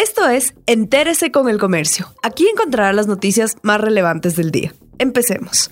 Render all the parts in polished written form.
Esto es Entérese con el Comercio. Aquí encontrará las noticias más relevantes del día. Empecemos.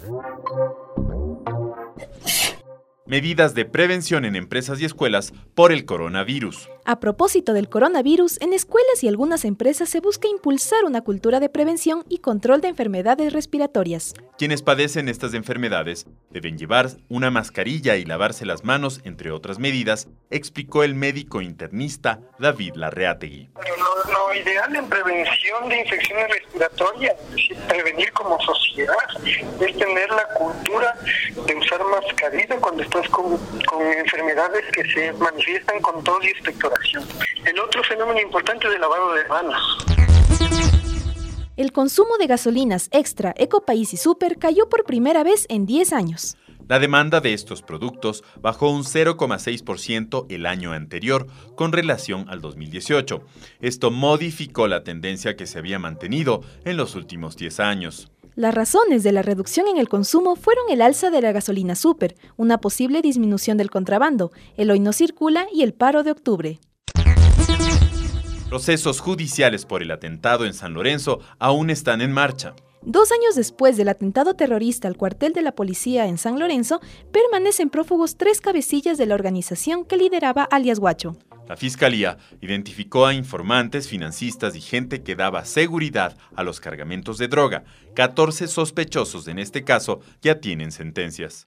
Medidas de prevención en empresas y escuelas por el coronavirus. A propósito del coronavirus, en escuelas y algunas empresas se busca impulsar una cultura de prevención y control de enfermedades respiratorias. Quienes padecen estas enfermedades deben llevar una mascarilla y lavarse las manos, entre otras medidas, explicó el médico internista David Larreategui. Lo ideal en prevención de infecciones respiratorias, es decir, prevenir como sociedad, es tener la cultura de usar mascarilla cuando estás con enfermedades que se manifiestan con tos y expectoración. El otro fenómeno importante es el lavado de manos. El consumo de gasolinas Extra, Ecopaís y Super cayó por primera vez en 10 años. La demanda de estos productos bajó un 0,6% el año anterior con relación al 2018. Esto modificó la tendencia que se había mantenido en los últimos 10 años. Las razones de la reducción en el consumo fueron el alza de la gasolina Super, una posible disminución del contrabando, el hoy no circula y el paro de octubre. Procesos judiciales por el atentado en San Lorenzo aún están en marcha. 2 años después del atentado terrorista al cuartel de la policía en San Lorenzo, permanecen prófugos 3 cabecillas de la organización que lideraba alias Guacho. La Fiscalía identificó a informantes, financistas y gente que daba seguridad a los cargamentos de droga. 14 sospechosos en este caso ya tienen sentencias.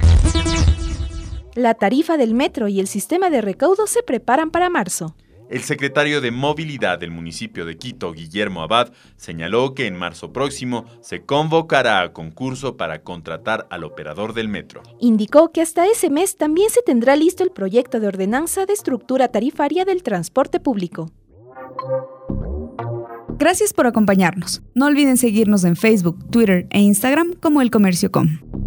La tarifa del metro y el sistema de recaudo se preparan para marzo. El secretario de Movilidad del municipio de Quito, Guillermo Abad, señaló que en marzo próximo se convocará a concurso para contratar al operador del metro. Indicó que hasta ese mes también se tendrá listo el proyecto de ordenanza de estructura tarifaria del transporte público. Gracias por acompañarnos. No olviden seguirnos en Facebook, Twitter e Instagram como El Comercio.com.